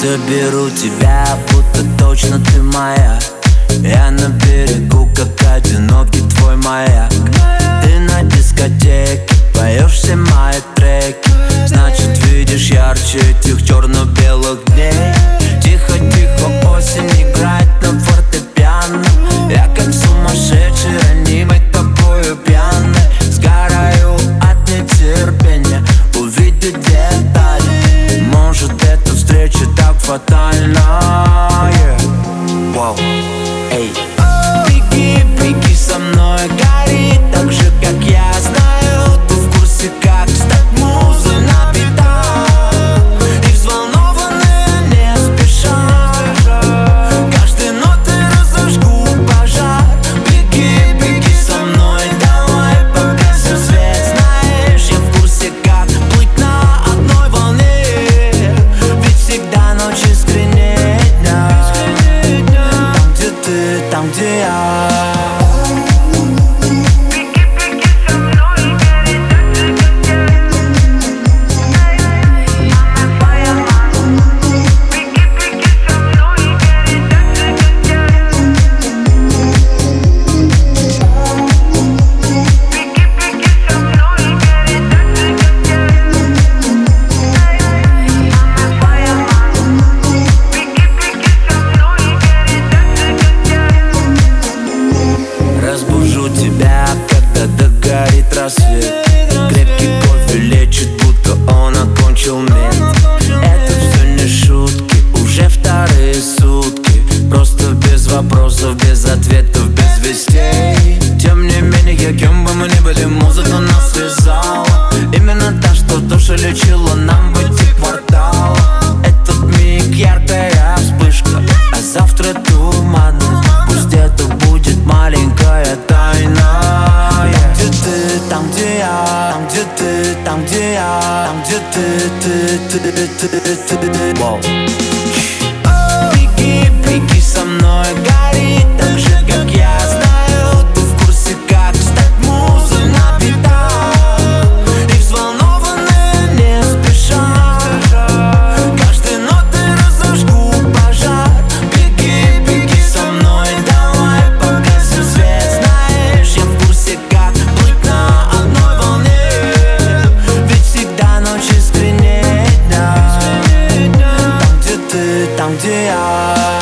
Заберу тебя, будто точно ты моя. Я на берегу, как одинокий твой маяк. Ты на дискотеке, поешь все мои треки. Значит, видишь ярче этих черно-белых дней. Тихо-тихо осень играет на фортепиано. Я как сумасшедший, ранимый тобою пьяный. Сгораю от нетерпения увидеть детали. Может, эта встреча так фатальна, Wow. Эй. Беги, беги со мной, гори так же, как я. Знаю, ты в курсе, как стать музой на битах. И взволнованные не спеша. Каждой нотой разожгу пожар. Беги, беги со мной, давай погасим свет. Знаешь, я в курсе, как плыть на одной волне. Ведь всегда ночь искреннее дня. Там, где я. Разбужу тебя, когда догорит рассвет. Крепкий кофе лечит, будто он окончил мед. Это все не шутки, уже вторые сутки. Просто без вопросов, без ответов, без вестей. Тем не менее, кем бы мы ни были, музыка нас связала. Именно та, что душу лечила, нам быть и квартала. Этот миг яркая вспышка, а завтра туман. Пусть это будет маленькая тайна. Там, где я, там, где ты, там, где я, там, где ты. Wow. Беги, беги со мной, гори так же, как я. Знаю, ты в курсе, как стать музой на битах. И взволнованные не спеша. Каждой нотой разожгу пожар. Беги, беги со мной, давай погасим свет. Знаешь, я в курсе, как плыть на одной волне. Ведь всегда ночь искреннее дня. Там, где ты, там, где я.